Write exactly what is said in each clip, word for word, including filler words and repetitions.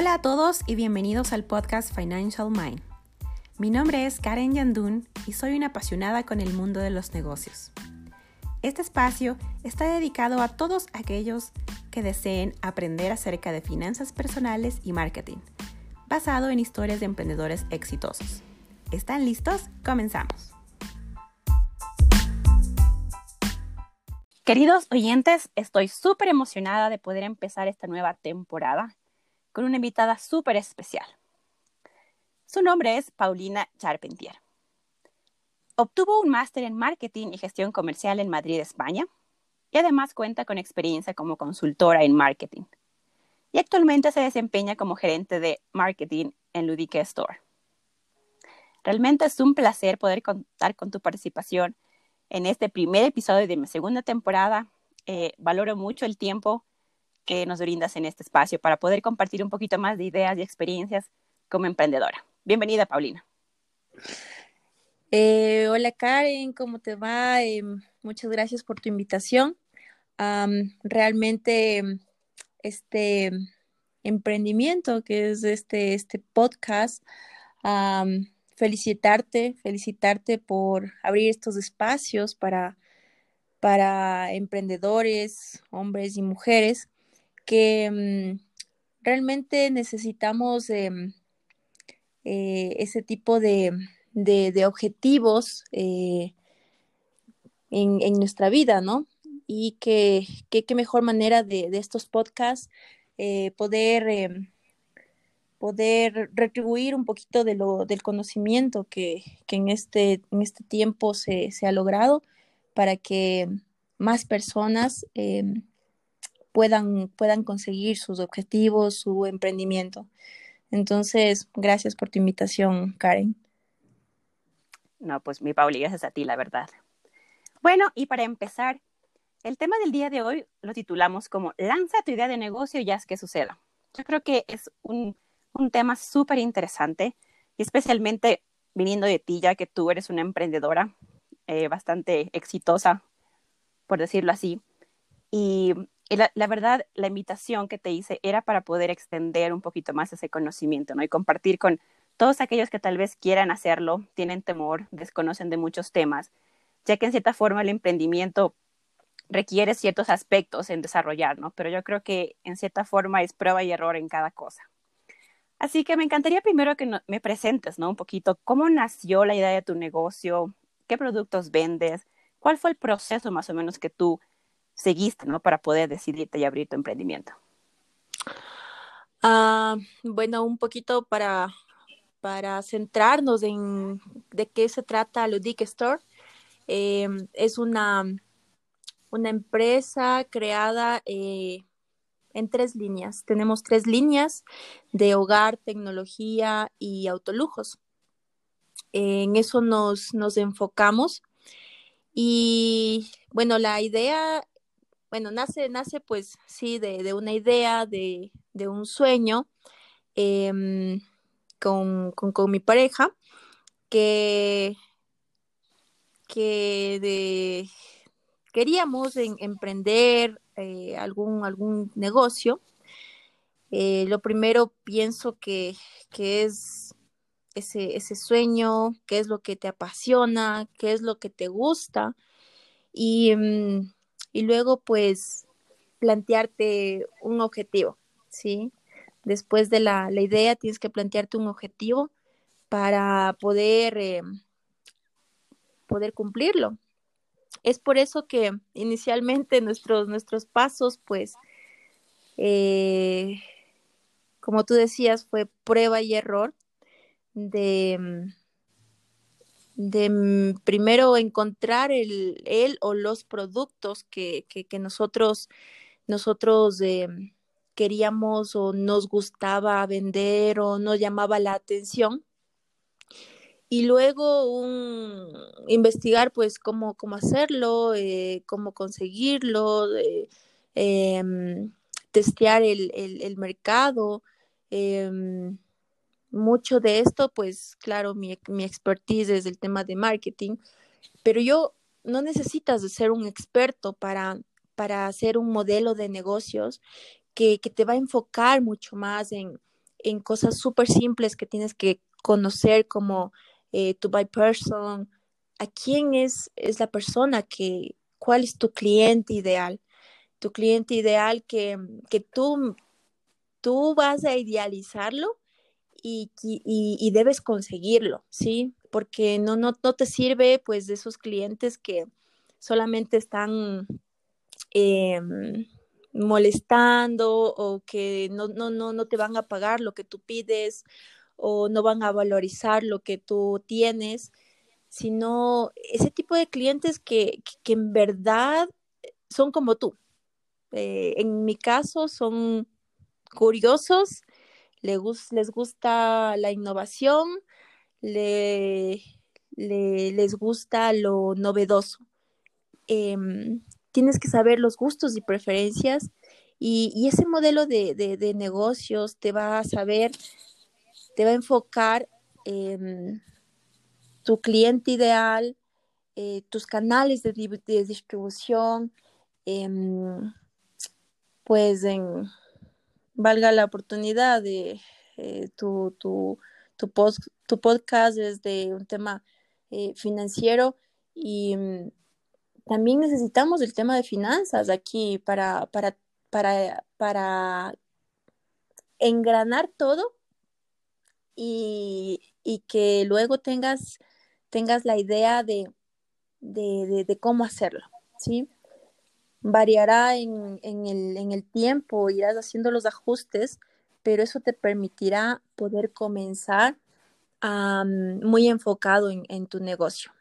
Hola a todos y bienvenidos al podcast Financial Mind. Mi nombre es Karen Yandún y soy una apasionada con el mundo de los negocios. Este espacio está dedicado a todos aquellos que deseen aprender acerca de finanzas personales y marketing, basado en historias de emprendedores exitosos. ¿Están listos? Comenzamos. Queridos oyentes, estoy súper emocionada de poder empezar esta nueva temporada con una invitada súper especial. Su nombre es Paulina Charpentier. Obtuvo un máster en marketing y gestión comercial en Madrid, España, y además cuenta con experiencia como consultora en marketing. Y actualmente se desempeña como gerente de marketing en Ludique Store. Realmente es un placer poder contar con tu participación en este primer episodio de mi segunda temporada. Eh, valoro mucho el tiempo que nos brindas en este espacio para poder compartir un poquito más de ideas y experiencias como emprendedora. Bienvenida, Paulina. Eh, hola Karen, ¿cómo te va? Eh, muchas gracias por tu invitación. Um, realmente este emprendimiento que es este, este podcast, um, felicitarte, felicitarte por abrir estos espacios para, para emprendedores, hombres y mujeres que um, realmente necesitamos eh, eh, ese tipo de, de, de objetivos eh, en, en nuestra vida, ¿no? Y que qué mejor manera de, de estos podcasts eh, poder, eh, poder retribuir un poquito de lo, del conocimiento que, que en, este, en este tiempo se, se ha logrado para que más personas eh, puedan, puedan conseguir sus objetivos, su emprendimiento. Entonces, gracias por tu invitación, Karen. No, pues mi Pauli, gracias a ti, la verdad. Bueno, y para empezar, el tema del día de hoy lo titulamos como Lanza tu idea de negocio y haz que suceda. Yo creo que es un, un tema súper interesante, y especialmente viniendo de ti, ya que tú eres una emprendedora eh, bastante exitosa, por decirlo así. Y, y la, la verdad, la invitación que te hice era para poder extender un poquito más ese conocimiento, ¿no? Y compartir con todos aquellos que tal vez quieran hacerlo, tienen temor, desconocen de muchos temas, ya que en cierta forma el emprendimiento requiere ciertos aspectos en desarrollar, ¿no? Pero yo creo que en cierta forma es prueba y error en cada cosa. Así que me encantaría primero que no, me presentes, ¿no? Un poquito cómo nació la idea de tu negocio, qué productos vendes, cuál fue el proceso más o menos que tú seguiste, ¿no? Para poder decidirte y abrir tu emprendimiento. Uh, bueno, un poquito para, para centrarnos en de qué se trata Ludique Store. Eh, es una, una empresa creada eh, en tres líneas. Tenemos tres líneas de hogar, tecnología y autolujos. En eso nos, nos enfocamos. Y bueno, la idea, bueno, nace, nace pues sí, de, de una idea, de, de un sueño eh, con, con, con mi pareja, que, que de, queríamos en, emprender eh, algún, algún negocio. Eh, lo primero pienso que, que es ese, ese sueño, qué es lo que te apasiona, qué es lo que te gusta y, mm, y luego pues plantearte un objetivo, ¿sí? Después de la, la idea tienes que plantearte un objetivo para poder, eh, poder cumplirlo. Es por eso que inicialmente nuestros, nuestros pasos pues eh, como tú decías, fue prueba y error de, de primero encontrar el, el o los productos que, que, que nosotros, nosotros eh, queríamos o nos gustaba vender o nos llamaba la atención. Y luego un, investigar pues cómo, cómo hacerlo, eh, cómo conseguirlo, eh, eh, testear el, el, el mercado. Eh, mucho de esto, pues claro, mi, mi expertise es el tema de marketing, pero yo no necesitas de ser un experto para, para hacer un modelo de negocios que, que te va a enfocar mucho más en, en cosas súper simples que tienes que conocer como eh, tu buy person, a quién es, es la persona que, cuál es tu cliente ideal, tu cliente ideal que, que tú, tú vas a idealizarlo y, y, y debes conseguirlo, ¿sí? Porque no, no, no te sirve pues de esos clientes que solamente están eh, molestando o que no, no, no, no te van a pagar lo que tú pides o no van a valorizar lo que tú tienes, sino ese tipo de clientes que, que, que en verdad son como tú. Eh, en mi caso son curiosos, les, les gusta la innovación, le, le, les gusta lo novedoso. Eh, Tienes que saber los gustos y preferencias y, y ese modelo de, de, de, negocios te va a saber, te va a enfocar eh, tu cliente ideal, eh, tus canales de, de distribución, eh, pues en, valga la oportunidad de eh, tu, tu, tu, post, tu podcast es de un tema eh, financiero y mm, también necesitamos el tema de finanzas aquí para, para, para, para engranar todo y, y que luego tengas, tengas la idea de, de, de, de cómo hacerlo, ¿sí? Variará en, en, el, en el tiempo, irás haciendo los ajustes, pero eso te permitirá poder comenzar um, muy enfocado en, en tu negocio.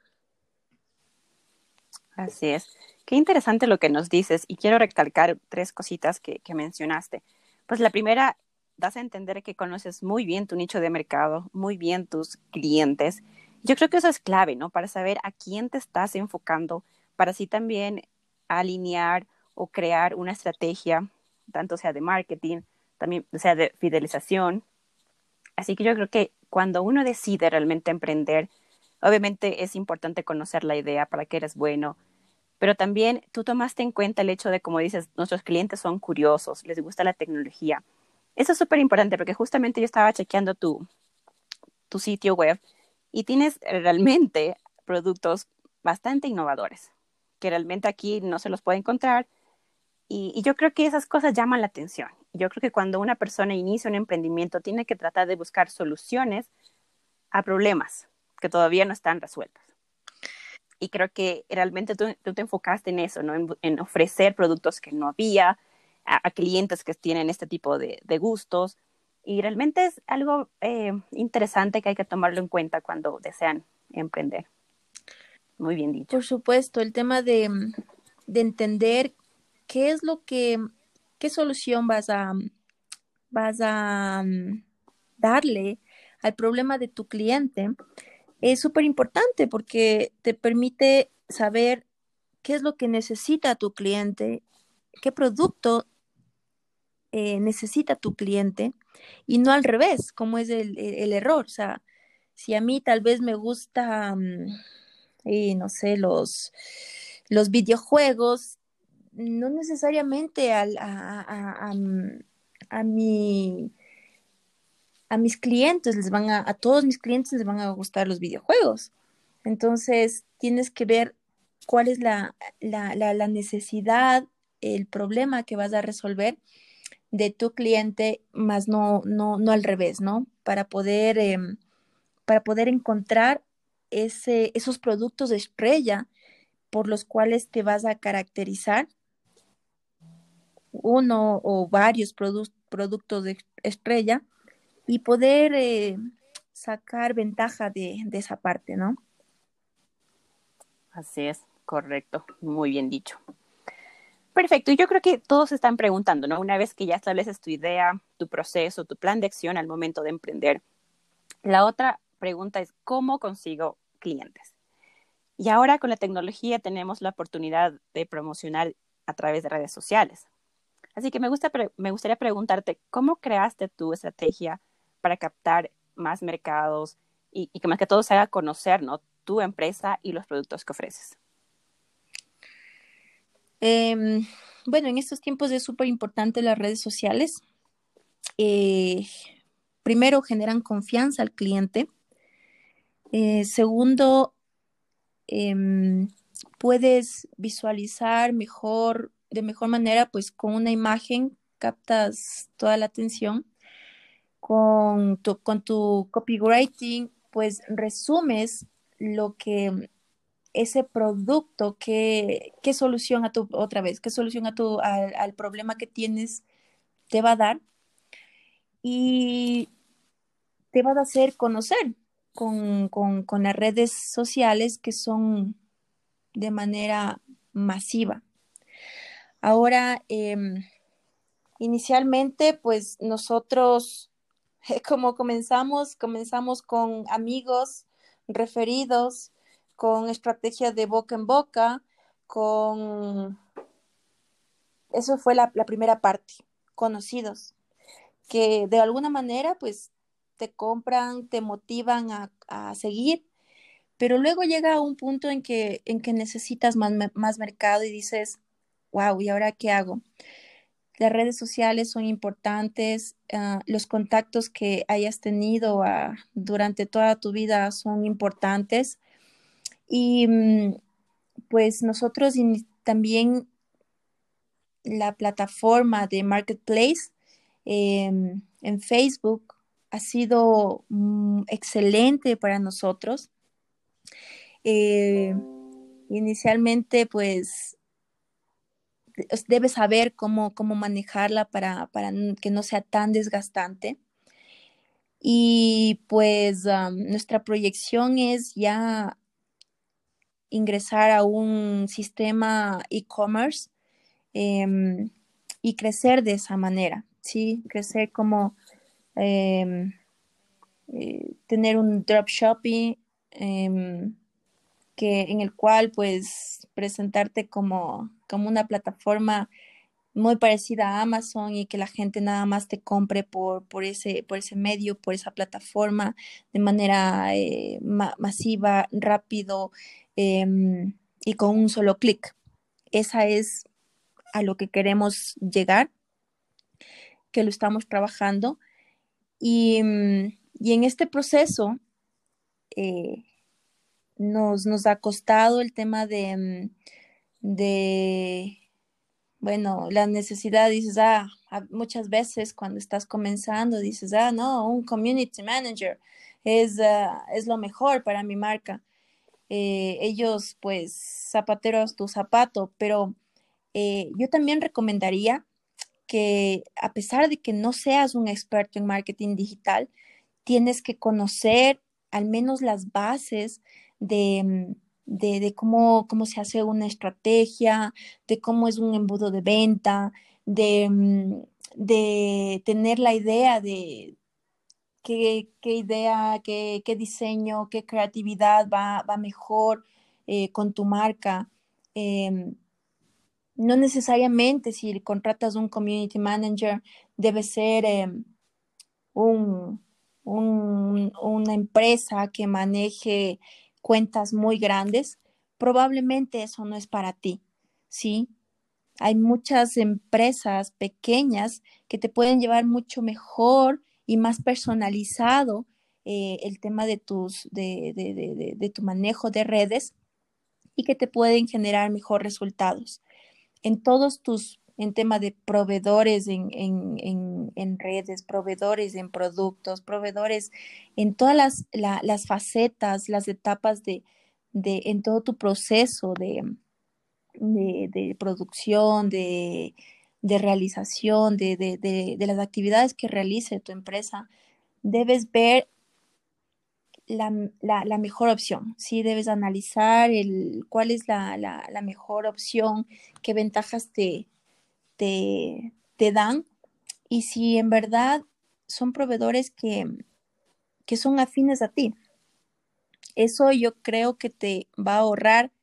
Así es. Qué interesante lo que nos dices y quiero recalcar tres cositas que, que mencionaste. Pues la primera, das a entender que conoces muy bien tu nicho de mercado, muy bien tus clientes. Yo creo que eso es clave, ¿no? Para saber a quién te estás enfocando, para así también alinear o crear una estrategia, tanto sea de marketing, también sea de fidelización. Así que yo creo que cuando uno decide realmente emprender, obviamente es importante conocer la idea, para qué eres bueno, pero también tú tomaste en cuenta el hecho de, como dices, nuestros clientes son curiosos, les gusta la tecnología. Eso es súper importante porque justamente yo estaba chequeando tu, tu sitio web y tienes realmente productos bastante innovadores, que realmente aquí no se los puede encontrar. Y, y yo creo que esas cosas llaman la atención. Yo creo que cuando una persona inicia un emprendimiento tiene que tratar de buscar soluciones a problemas que todavía no están resueltos. Y creo que realmente tú, tú te enfocaste en eso, ¿no? En, en ofrecer productos que no había a, a, clientes que tienen este tipo de, de gustos. Y realmente es algo eh, interesante que hay que tomarlo en cuenta cuando desean emprender. Muy bien dicho. Por supuesto, el tema de, de entender qué es lo que, qué solución vas a, vas a um, darle al problema de tu cliente es súper importante porque te permite saber qué es lo que necesita tu cliente, qué producto eh, necesita tu cliente y no al revés, como es el, el, el error. O sea, si a mí tal vez me gusta, um, eh, no sé, los, los videojuegos, no necesariamente al, a, a, a, a, mi, a mis clientes les van a, a todos mis clientes les van a gustar los videojuegos. Entonces, tienes que ver cuál es la, la, la, la necesidad, el problema que vas a resolver de tu cliente, más no, no, no al revés, ¿no? Para poder, eh, para poder encontrar ese, esos productos de estrella por los cuales te vas a caracterizar, uno o varios produ productos de estrella, y poder eh, sacar ventaja de, de esa parte, ¿no? Así es, correcto, muy bien dicho. Perfecto, y yo creo que todos se están preguntando, ¿no? Una vez que ya estableces tu idea, tu proceso, tu plan de acción al momento de emprender, la otra pregunta es, ¿cómo consigo clientes? Y ahora con la tecnología tenemos la oportunidad de promocionar a través de redes sociales. Así que me, gusta, me gustaría preguntarte, ¿cómo creaste tu estrategia para captar más mercados y, y que más que todo se haga conocer, ¿no? Tu empresa y los productos que ofreces? Eh, bueno, en estos tiempos es súper importante las redes sociales. Eh, primero, generan confianza al cliente. Eh, segundo, em, puedes visualizar mejor, de mejor manera, pues con una imagen captas toda la atención. Con tu, con tu copywriting, pues resumes lo que ese producto, qué, qué solución a tu, otra vez, qué solución a tu, al, al problema que tienes te va a dar y te va a hacer conocer con, con, con las redes sociales que son de manera masiva. Ahora, eh, inicialmente, pues nosotros, como comenzamos, comenzamos con amigos, referidos, con estrategias de boca en boca, con... Eso fue la, la primera parte, conocidos, que de alguna manera, pues, te compran, te motivan a, a seguir, pero luego llega un punto en que, en que necesitas más, más mercado y dices, wow, ¿y ahora qué hago? Las redes sociales son importantes, uh, los contactos que hayas tenido uh, durante toda tu vida son importantes y um, pues nosotros también la plataforma de Marketplace eh, en Facebook ha sido um, excelente para nosotros. Eh, inicialmente pues debes saber cómo, cómo manejarla para, para que no sea tan desgastante. Y pues um, nuestra proyección es ya ingresar a un sistema e-commerce eh, y crecer de esa manera, ¿sí? Crecer como eh, eh, tener un dropshipping eh, que, en el cual pues presentarte como, como una plataforma muy parecida a Amazon y que la gente nada más te compre por, por, ese, por ese medio, por esa plataforma, de manera eh, ma masiva, rápido eh, y con un solo clic. Esa es a lo que queremos llegar, que lo estamos trabajando. Y, y en este proceso eh, nos, nos ha costado el tema de, de bueno, la necesidad, dices, ah, muchas veces cuando estás comenzando, dices, ah, no, un community manager es, uh, es lo mejor para mi marca. Eh, ellos, pues, zapateros tu zapato, pero eh, yo también recomendaría que a pesar de que no seas un experto en marketing digital, tienes que conocer al menos las bases de, de, de cómo, cómo se hace una estrategia, de cómo es un embudo de venta, de, de tener la idea de qué, qué idea, qué, qué, diseño, qué creatividad va, va mejor eh, con tu marca. Eh, no necesariamente si contratas un community manager debe ser eh, un, un, una empresa que maneje cuentas muy grandes, probablemente eso no es para ti, ¿sí? Hay muchas empresas pequeñas que te pueden llevar mucho mejor y más personalizado eh, el tema de, tus, de, de, de, de tu manejo de redes y que te pueden generar mejores resultados en todos tus, en tema de proveedores en, en, en, en redes, proveedores en productos, proveedores en todas las, la, las facetas, las etapas de, de, en todo tu proceso de, de, de producción, de, de realización, de, de, de, de las actividades que realice tu empresa, debes ver la, la, la, mejor opción, ¿sí? Debes analizar el, cuál es la, la, la mejor opción, qué ventajas te, te, te dan y si en verdad son proveedores que, que son afines a ti. Eso yo creo que te va a ahorrar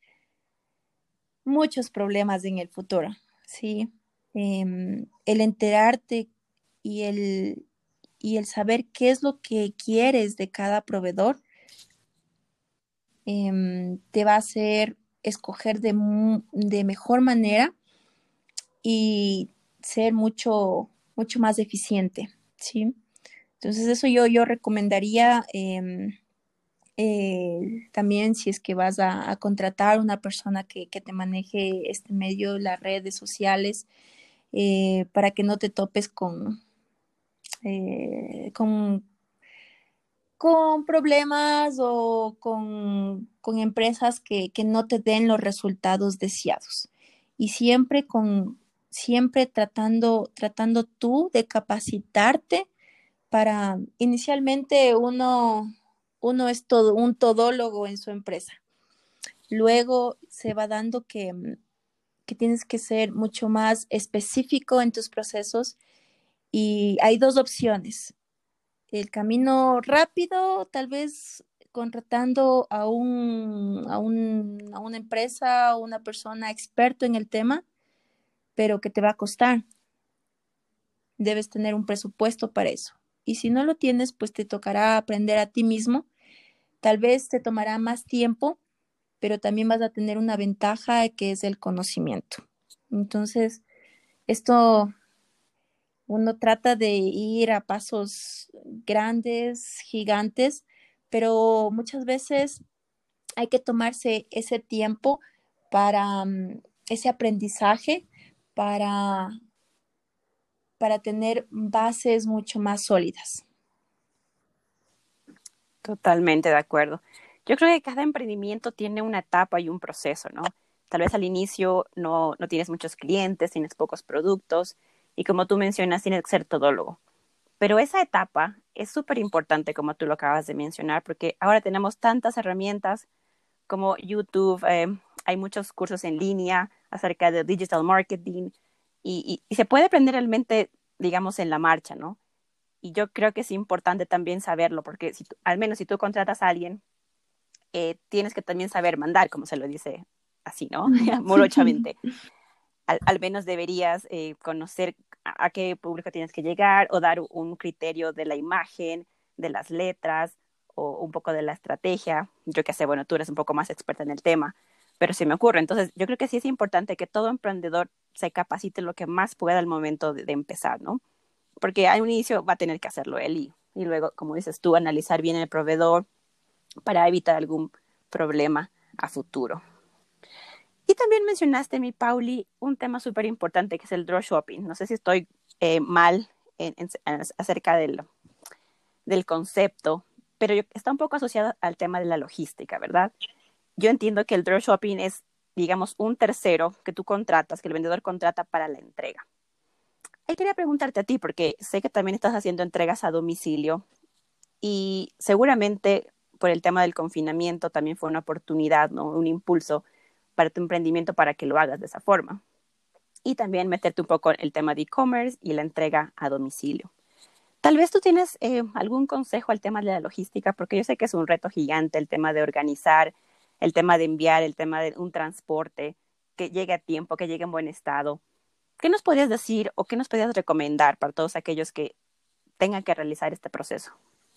muchos problemas en el futuro, ¿sí? Eh, el enterarte y el, y el saber qué es lo que quieres de cada proveedor eh, te va a hacer escoger de, de mejor manera y ser mucho, mucho más eficiente, ¿sí? Entonces eso yo, yo recomendaría eh, eh, también si es que vas a, a contratar una persona que, que te maneje este medio, las redes sociales, eh, para que no te topes con, eh, con, con problemas o con, con empresas que, que no te den los resultados deseados. Y siempre con, siempre tratando, tratando tú de capacitarte para, inicialmente uno, uno es todo, un todólogo en su empresa. Luego se va dando que, que tienes que ser mucho más específico en tus procesos y hay dos opciones. El camino rápido, tal vez contratando a, un, a, un, a una empresa o una persona experto en el tema, pero que te va a costar. Debes tener un presupuesto para eso. Y si no lo tienes, pues te tocará aprender a ti mismo. Tal vez te tomará más tiempo, pero también vas a tener una ventaja que es el conocimiento. Entonces, esto uno trata de ir a pasos grandes, gigantes, pero muchas veces hay que tomarse ese tiempo para um, ese aprendizaje, para, para tener bases mucho más sólidas. Totalmente de acuerdo. Yo creo que cada emprendimiento tiene una etapa y un proceso, ¿no? Tal vez al inicio no, no tienes muchos clientes, tienes pocos productos y como tú mencionas, tienes que ser todólogo. Pero esa etapa es súper importante, como tú lo acabas de mencionar, porque ahora tenemos tantas herramientas como YouTube, eh, hay muchos cursos en línea acerca de digital marketing y, y, y se puede aprender realmente, digamos, en la marcha, ¿no? Y yo creo que es importante también saberlo, porque si tú- al menos si tú contratas a alguien, eh, tienes que también saber mandar, como se lo dice así, ¿no? Morochamente. Al, al menos deberías eh, conocer a, a qué público tienes que llegar o dar un criterio de la imagen, de las letras o un poco de la estrategia. Yo qué sé, bueno, tú eres un poco más experta en el tema, pero se me ocurre. Entonces, yo creo que sí es importante que todo emprendedor se capacite lo que más pueda al momento de, de empezar, ¿no? Porque al inicio va a tener que hacerlo él y, y luego, como dices tú, analizar bien el proveedor para evitar algún problema a futuro. Y también mencionaste, mi Pauli, un tema súper importante que es el dropshipping. No sé si estoy eh, mal en, en, en, acerca del, del concepto, pero yo, está un poco asociado al tema de la logística, ¿verdad? Yo entiendo que el dropshipping es, digamos, un tercero que tú contratas, que el vendedor contrata para la entrega. Y quería preguntarte a ti, porque sé que también estás haciendo entregas a domicilio y seguramente por el tema del confinamiento también fue una oportunidad, ¿no? Un impulso para tu emprendimiento para que lo hagas de esa forma. Y también meterte un poco en el tema de e-commerce y la entrega a domicilio. Tal vez tú tienes eh, algún consejo al tema de la logística, porque yo sé que es un reto gigante el tema de organizar, el tema de enviar, el tema de un transporte que llegue a tiempo, que llegue en buen estado. ¿Qué nos podrías decir o qué nos podrías recomendar para todos aquellos que tengan que realizar este proceso?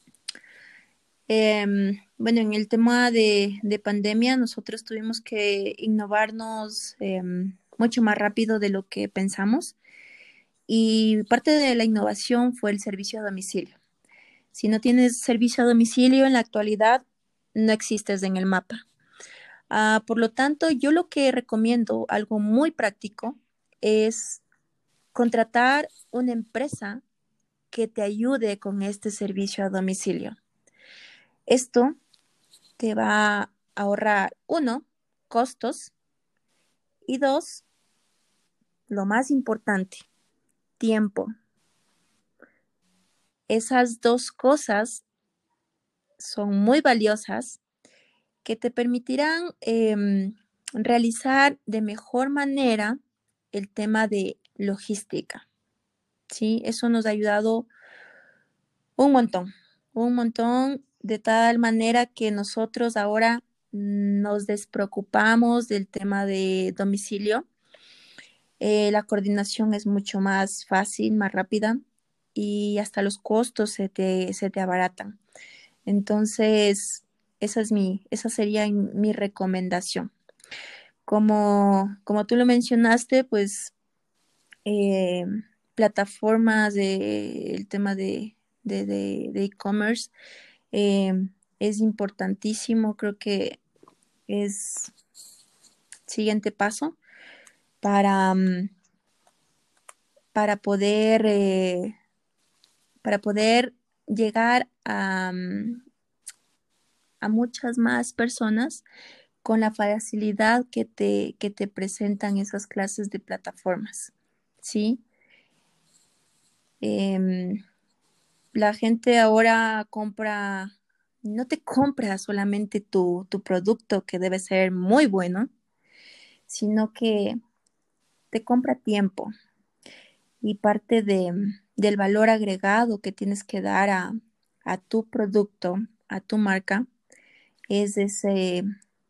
Eh, bueno, en el tema de, de pandemia, nosotros tuvimos que innovarnos eh, mucho más rápido de lo que pensamos y parte de la innovación fue el servicio a domicilio. Si no tienes servicio a domicilio en la actualidad, no existes en el mapa. Ah, por lo tanto, yo lo que recomiendo, algo muy práctico, es contratar una empresa que te ayude con este servicio a domicilio. Esto te va a ahorrar, uno, costos y dos, lo más importante, tiempo. Esas dos cosas son muy valiosas que te permitirán eh, realizar de mejor manera el tema de logística. ¿Sí? Eso nos ha ayudado un montón, un montón, de tal manera que nosotros ahora nos despreocupamos del tema de domicilio. Eh, la coordinación es mucho más fácil, más rápida y hasta los costos se te, se te abaratan. Entonces, esa es mi, esa sería mi recomendación. Como, como tú lo mencionaste, pues eh, plataformas de el tema de, de, de, de e-commerce. Eh, es importantísimo, creo que es siguiente paso para, mm, para poder, eh, para poder llegar a, mm, a muchas más personas con la facilidad que te, que te presentan esas clases de plataformas, ¿sí? Em, la gente ahora compra, no te compra solamente tu, tu producto, que debe ser muy bueno, sino que te compra tiempo y parte de, del valor agregado que tienes que dar a, a tu producto, a tu marca, es ese,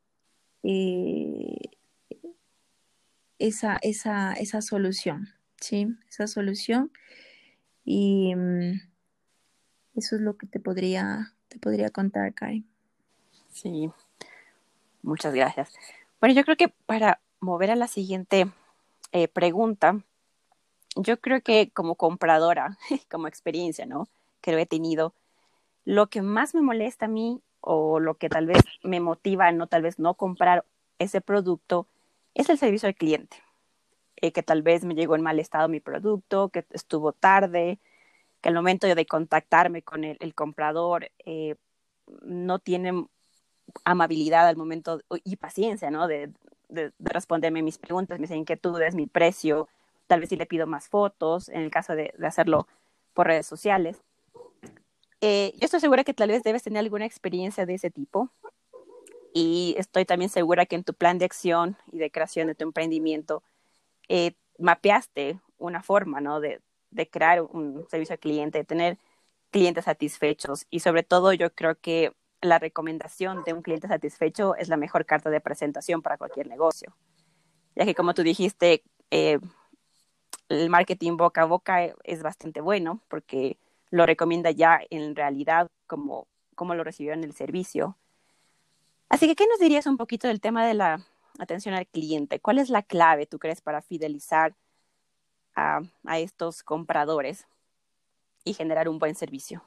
eh, esa, esa, esa solución, ¿sí? Esa solución y mm, eso es lo que te podría, te podría contar, Kai. Sí, muchas gracias. Bueno, yo creo que para mover a la siguiente eh, pregunta, yo creo que como compradora, como experiencia, ¿no? Que lo he tenido, lo que más me molesta a mí o lo que tal vez me motiva a no tal vez no comprar ese producto es el servicio al cliente, eh, que tal vez me llegó en mal estado mi producto, que estuvo tarde, que al momento de contactarme con el, el comprador eh, no tienen amabilidad al momento y paciencia, ¿no? De, de, de responderme mis preguntas, mis inquietudes, mi precio, tal vez si le pido más fotos, en el caso de, de hacerlo por redes sociales. Eh, yo estoy segura que tal vez debes tener alguna experiencia de ese tipo y estoy también segura que en tu plan de acción y de creación de tu emprendimiento eh, mapeaste una forma, ¿no? De, de crear un servicio al cliente, de tener clientes satisfechos y sobre todo yo creo que la recomendación de un cliente satisfecho es la mejor carta de presentación para cualquier negocio, ya que como tú dijiste, eh, el marketing boca a boca es bastante bueno porque lo recomienda ya en realidad como, como lo recibió en el servicio. Así que, ¿qué nos dirías un poquito del tema de la atención al cliente? ¿Cuál es la clave, tú crees, para fidelizar a, a estos compradores y generar un buen servicio?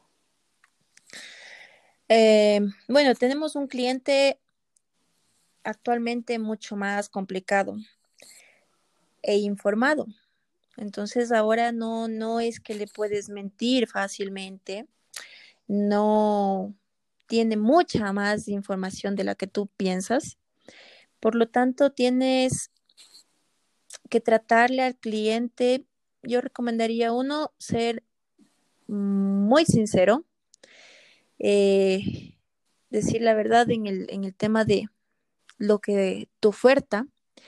Eh, bueno, tenemos un cliente actualmente mucho más complicado e informado. Entonces ahora no, no es que le puedes mentir fácilmente, no tiene mucha más información de la que tú piensas. Por lo tanto, tienes que tratarle al cliente. Yo recomendaría uno ser muy sincero, eh, decir la verdad en el, en el tema de lo que tu oferta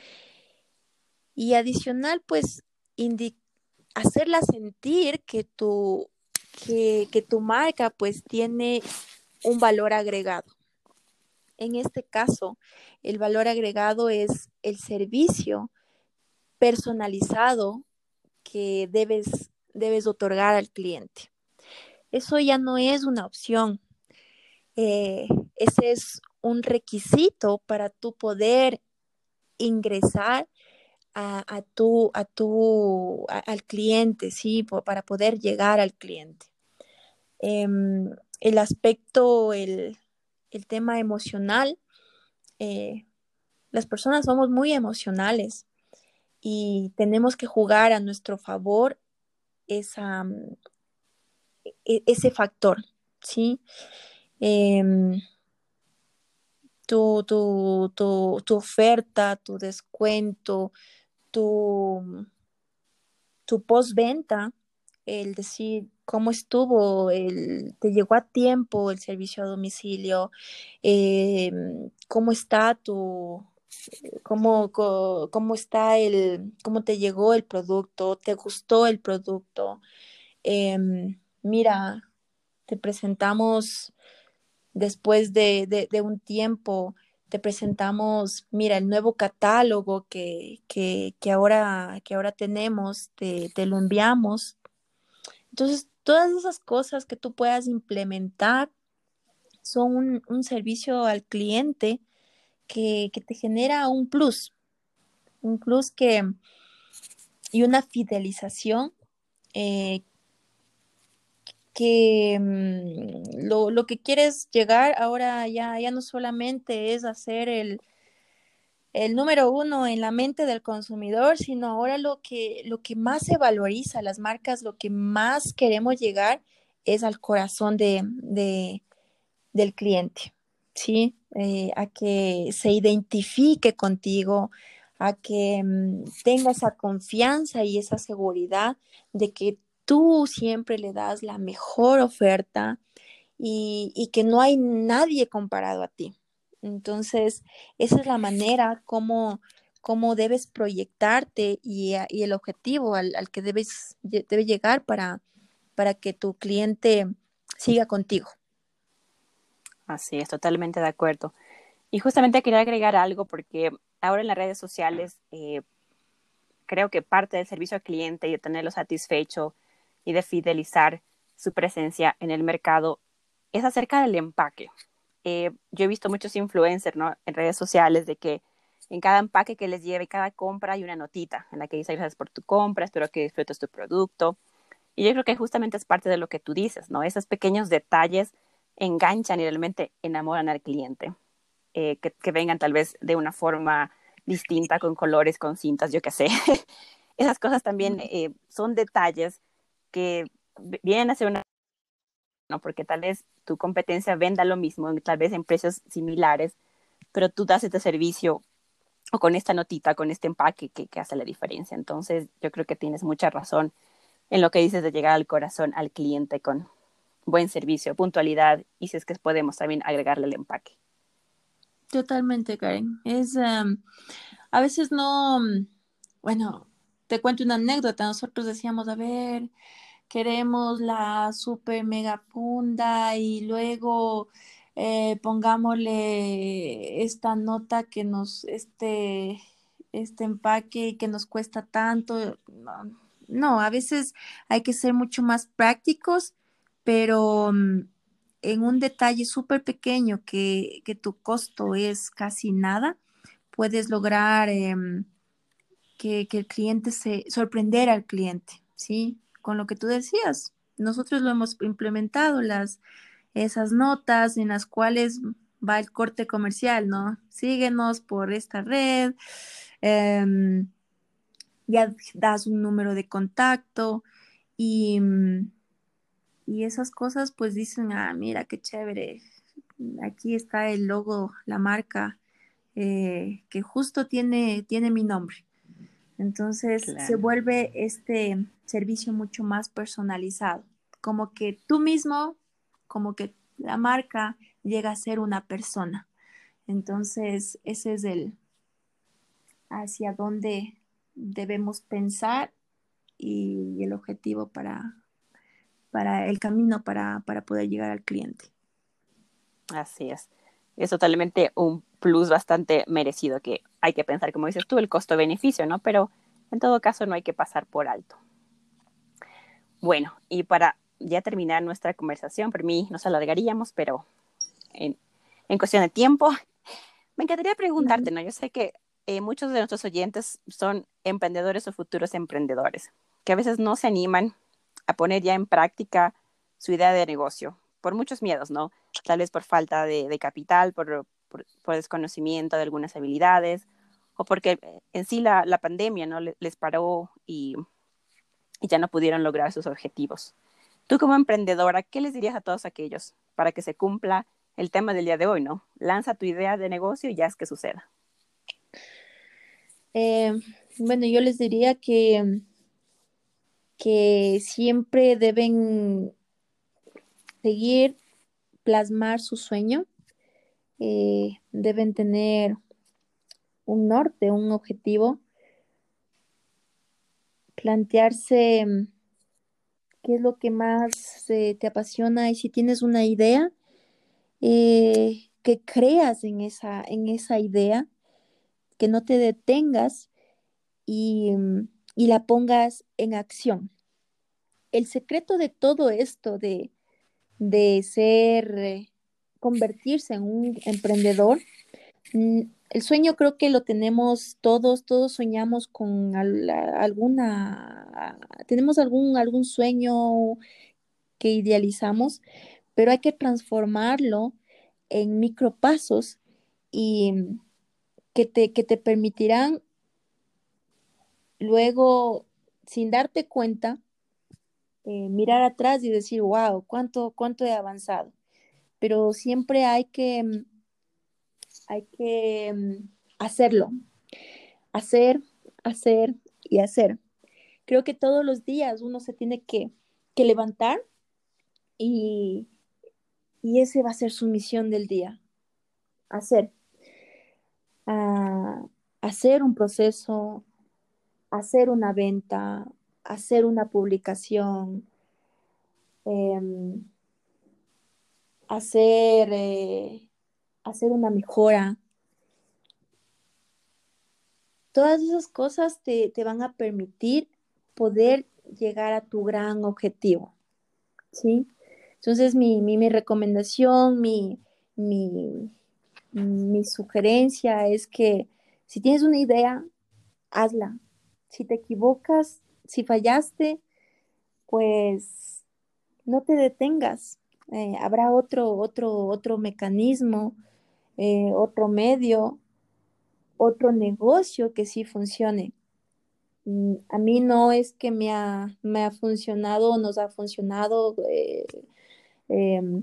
y adicional, pues indi- hacerla sentir que tu, que, que tu marca pues tiene un valor agregado. En este caso, el valor agregado es el servicio personalizado que debes, debes otorgar al cliente. Eso ya no es una opción. Eh, ese es un requisito para tu poder ingresar a, a tu, a tu, a, al cliente, ¿sí? Para poder llegar al cliente. Eh, el aspecto, el, el tema emocional, eh, las personas somos muy emocionales y tenemos que jugar a nuestro favor esa, e, ese factor, ¿sí? Eh, tu, tu, tu, tu oferta, tu descuento, tu, tu postventa, el decir cómo estuvo, el, te llegó a tiempo el servicio a domicilio, eh, cómo está tu, cómo, co- cómo está el, cómo te llegó el producto, te gustó el producto. Em, mira, te presentamos después de, de, de un tiempo, te presentamos, mira, el nuevo catálogo que, que, que ahora, que ahora tenemos, te, te lo enviamos. Entonces, todas esas cosas que tú puedas implementar son un, un servicio al cliente que, que te genera un plus, un plus que, y una fidelización eh, que mm, lo, lo que quieres llegar ahora ya, ya no solamente es hacer el, el número uno en la mente del consumidor, sino ahora lo que, lo que más se valoriza, las marcas, lo que más queremos llegar es al corazón de, de, del cliente, ¿sí? Eh, a que se identifique contigo, a que mm, tenga esa confianza y esa seguridad de que tú siempre le das la mejor oferta y, y que no hay nadie comparado a ti. Entonces, esa es la manera como, como debes proyectarte y, a- y el objetivo al, al que debes, lle- debe llegar para, para que tu cliente siga contigo. Así es, totalmente de acuerdo. Y justamente quería agregar algo porque ahora en las redes sociales eh, creo que parte del servicio al cliente y de tenerlo satisfecho y de fidelizar su presencia en el mercado es acerca del empaque. Eh, yo he visto muchos influencers, ¿no?, en redes sociales de que en cada empaque que les lleve, cada compra hay una notita en la que dice gracias por tu compra, espero que disfrutes tu producto. Y yo creo que justamente es parte de lo que tú dices, ¿no? Esos pequeños detalles enganchan y realmente enamoran al cliente. Eh, que, que vengan tal vez de una forma distinta, con colores, con cintas, yo qué sé. Esas cosas también eh, son detalles que vienen a ser una, ¿no? Porque tal vez tu competencia venda lo mismo, tal vez en precios similares, pero tú das este servicio o con esta notita, con este empaque que, que hace la diferencia. Entonces, yo creo que tienes mucha razón en lo que dices de llegar al corazón al cliente con buen servicio, puntualidad y si es que podemos también agregarle el empaque. Totalmente, Karen. Es, em, a veces no, mm, bueno, te cuento una anécdota. Nosotros decíamos, a ver, queremos la super mega funda y luego eh, pongámosle esta nota que nos, este, este empaque y que nos cuesta tanto. No, no, a veces hay que ser mucho más prácticos, pero mm, en un detalle súper pequeño que, que tu costo es casi nada, puedes lograr em, que, que el cliente se sorprender al cliente, ¿sí? Con lo que tú decías. Nosotros lo hemos implementado, las, esas notas en las cuales va el corte comercial, ¿no? Síguenos por esta red, em, ya das un número de contacto y, mm, y esas cosas pues dicen, ah, mira qué chévere, aquí está el logo, la marca, eh, que justo tiene, tiene mi nombre. Entonces se Claro. vuelve este servicio mucho más personalizado, como que tú mismo, como que la marca llega a ser una persona. Entonces ese es el hacia dónde debemos pensar y el objetivo para, para el camino para, para poder llegar al cliente. Así es. Es totalmente un plus bastante merecido que hay que pensar, como dices tú, el costo-beneficio, ¿no? Pero en todo caso no hay que pasar por alto. Bueno, y para ya terminar nuestra conversación, por mí nos alargaríamos, pero en, en cuestión de tiempo, me encantaría Claro. preguntarte, ¿no? Yo sé que eh, muchos de nuestros oyentes son emprendedores o futuros emprendedores, que a veces no se animan a poner ya en práctica su idea de negocio, por muchos miedos, ¿no? Tal vez por falta de, de capital, por, por, por, desconocimiento de algunas habilidades, o porque en sí la, la pandemia, ¿no?, les paró y, y ya no pudieron lograr sus objetivos. Tú como emprendedora, ¿qué les dirías a todos aquellos para que se cumpla el tema del día de hoy, ¿no? Lanza tu idea de negocio y ya es que suceda. Eh, bueno, yo les diría que, que siempre deben seguir, plasmar su sueño, eh, deben tener un norte, un objetivo, plantearse mm, qué es lo que más eh, te apasiona y si tienes una idea, eh, que creas en esa, en esa idea, que no te detengas y, mm, y la pongas en acción. El secreto de todo esto, de, de ser, eh, convertirse en un emprendedor, mm, el sueño creo que lo tenemos todos, todos soñamos con al- alguna, tenemos algún, algún sueño que idealizamos, pero hay que transformarlo en micropasos y que te, que te permitirán luego, sin darte cuenta, eh, mirar atrás y decir, wow, cuánto, cuánto he avanzado. Pero siempre hay que, mm, hay que mm, hacerlo, hacer, hacer y hacer. Creo que todos los días uno se tiene que, que levantar y, y ese va a ser su misión del día, hacer, ah, hacer un proceso, hacer una venta, hacer una publicación, em, hacer, eh, hacer una mejora. Todas esas cosas te, te van a permitir poder llegar a tu gran objetivo, ¿sí? Entonces, mi, mi, mi recomendación, mi, mi, mi sugerencia es que si tienes una idea, hazla. Si te equivocas, si fallaste, pues no te detengas. Eh, habrá otro, otro, otro mecanismo, eh, otro medio, otro negocio que sí funcione. Mm, A mí no es que me ha, me ha funcionado o nos ha funcionado. eh, em,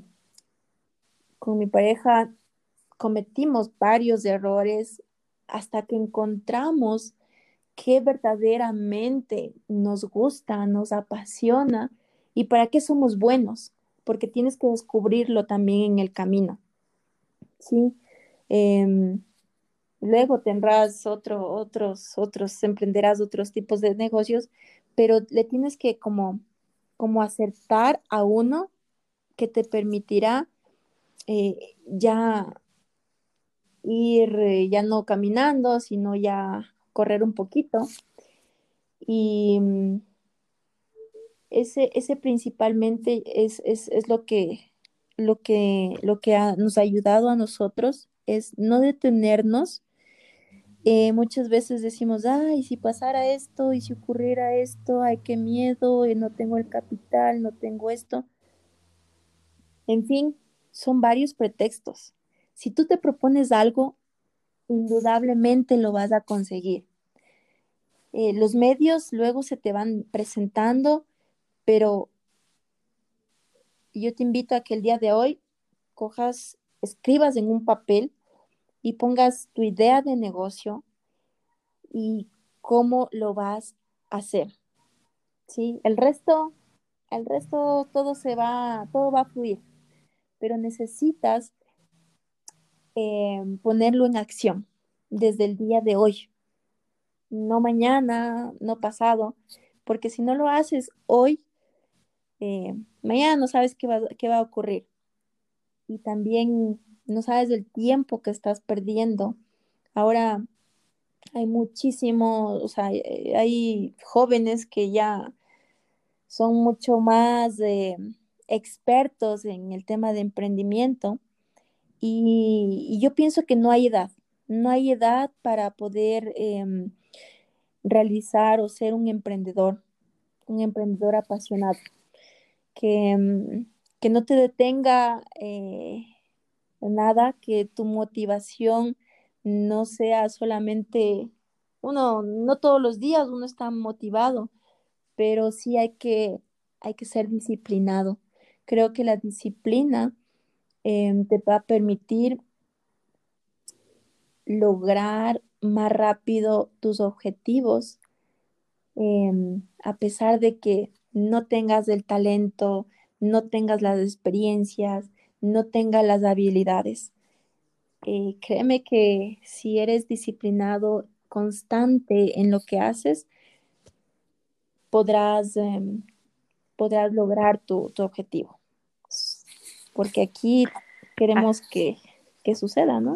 con mi pareja cometimos varios errores hasta que encontramos qué verdaderamente nos gusta, nos apasiona y para qué somos buenos, porque tienes que descubrirlo también en el camino, ¿sí? Em, Luego tendrás otro, otros, otros, emprenderás otros tipos de negocios, pero le tienes que como, como acertar a uno que te permitirá eh, ya ir eh, ya no caminando, sino ya correr un poquito. Y mm, ese, ese principalmente es, es, es lo que, lo que, lo que ha- nos ha ayudado a nosotros, es no detenernos. Eh, muchas veces decimos, ay, si pasara esto, y si ocurriera esto, ay, qué miedo, eh, no tengo el capital, no tengo esto. En fin, son varios pretextos. Si tú te propones algo, indudablemente lo vas a conseguir. Eh, los medios luego se te van presentando, pero yo te invito a que el día de hoy cojas, escribas en un papel y pongas tu idea de negocio y cómo lo vas a hacer, ¿sí? El resto, el resto todo se va, todo va a fluir, pero necesitas eh, ponerlo en acción desde el día de hoy, no mañana, no pasado, porque si no lo haces hoy, eh, mañana no sabes qué va, qué va a ocurrir y también no sabes del tiempo que estás perdiendo. Ahora hay muchísimo, o sea, hay, hay jóvenes que ya son mucho más eh, expertos en el tema de emprendimiento y, y yo pienso que no hay edad, no hay edad para poder em, realizar o ser un emprendedor, un emprendedor apasionado, que, em, que no te detenga eh, nada, que tu motivación no sea solamente, uno, no todos los días uno está motivado, pero sí hay que, hay que ser disciplinado. Creo que la disciplina em, te va a permitir lograr más rápido tus objetivos, em, a pesar de que no tengas el talento, no tengas las experiencias, no tengas las habilidades. Eh, créeme que si eres disciplinado, constante en lo que haces, podrás, em, podrás lograr tu, tu objetivo. Porque aquí Ah, queremos que, que suceda, ¿no?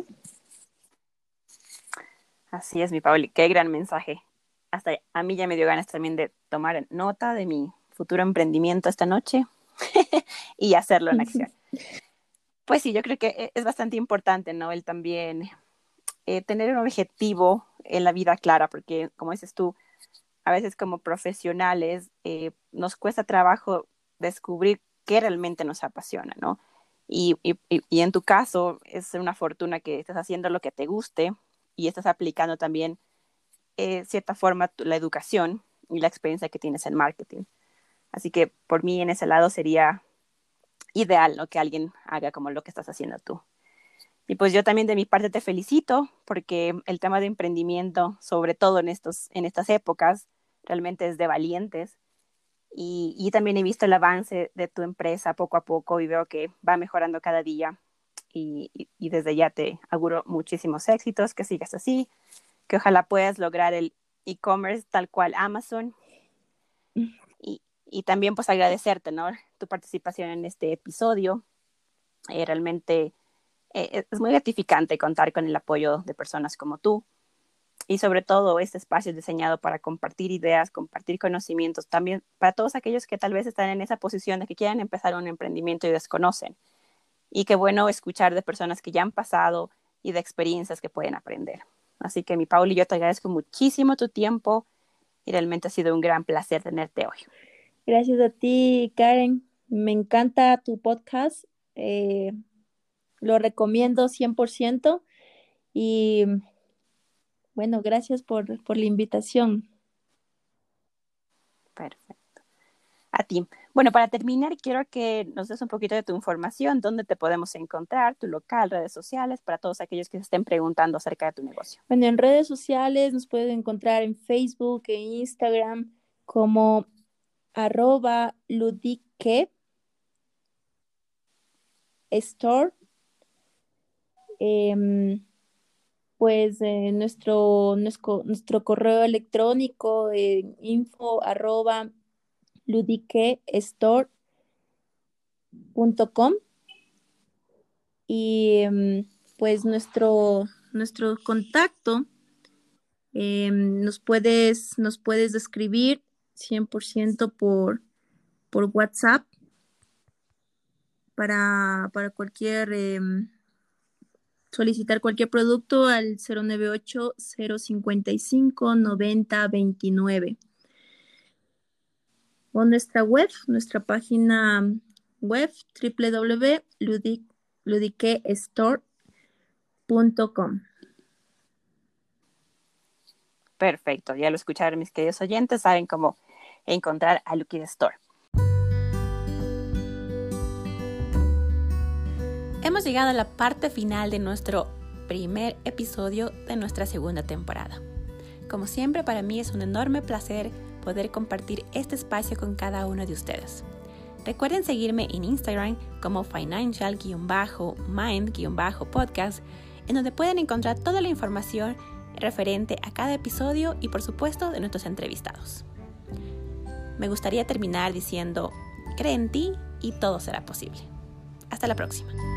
así es, mi Pauli, qué gran mensaje. Hasta a mí ya me dio ganas también de tomar nota de mi futuro emprendimiento esta noche y hacerlo en acción. Pues sí, yo creo que e, es bastante importante, ¿no? El también eh, tener un objetivo en la vida clara, porque como dices tú, a veces como profesionales eh, nos cuesta trabajo descubrir qué realmente nos apasiona, ¿no? Y, y, y en tu caso es una fortuna que estás haciendo lo que te guste y estás aplicando también, de eh, cierta forma, tu, la educación y la experiencia que tienes en marketing. Así que por mí en ese lado sería ideal, ¿no?, que alguien haga como lo que estás haciendo tú. Y pues yo también de mi parte te felicito porque el tema de emprendimiento, sobre todo en, estos, en estas épocas, realmente es de valientes. Y, y también he visto el avance de tu empresa poco a poco y veo que va mejorando cada día. Y, y, y desde ya te auguro muchísimos éxitos, que sigas así, que ojalá puedas lograr el e-commerce tal cual Amazon. Y, y también pues agradecerte, ¿no?, tu participación en este episodio. Eh, realmente eh, es muy gratificante contar con el apoyo de personas como tú. Y sobre todo este espacio es diseñado para compartir ideas, compartir conocimientos, también para todos aquellos que tal vez están en esa posición de que quieren empezar un emprendimiento y desconocen. Y qué bueno escuchar de personas que ya han pasado y de experiencias que pueden aprender. Así que mi Pauli, yo te agradezco muchísimo tu tiempo y realmente ha sido un gran placer tenerte hoy. Gracias a ti, Karen. Me encanta tu podcast. Eh, lo recomiendo cien por ciento. Y bueno, gracias por, por la invitación. Perfecto. A ti. Bueno, para terminar, quiero que nos des un poquito de tu información, dónde te podemos encontrar, tu local, redes sociales, para todos aquellos que se estén preguntando acerca de tu negocio. Bueno, en redes sociales nos pueden encontrar en Facebook e Instagram como arroba ludique store. Eh, pues eh, nuestro, nuestro, nuestro correo electrónico en info arroba ludiquestore punto com y eh, pues nuestro, nuestro contacto eh, nos puedes, nos puedes escribir cien por ciento por, por WhatsApp para, para cualquier eh, solicitar cualquier producto al cero nueve ocho, cero cinco cinco, noventa veintinueve. O nuestra web, nuestra página web w w w punto ludiquestore punto com. Perfecto, ya lo escucharon mis queridos oyentes, saben cómo encontrar a Lucky Store. Hemos llegado a la parte final de nuestro primer episodio de nuestra segunda temporada. Como siempre, para mí es un enorme placer poder compartir este espacio con cada uno de ustedes. Recuerden seguirme en Instagram como financial-mind-podcast, en donde pueden encontrar toda la información referente a cada episodio y por supuesto de nuestros entrevistados. Me gustaría terminar diciendo, cree en ti y todo será posible. Hasta la próxima.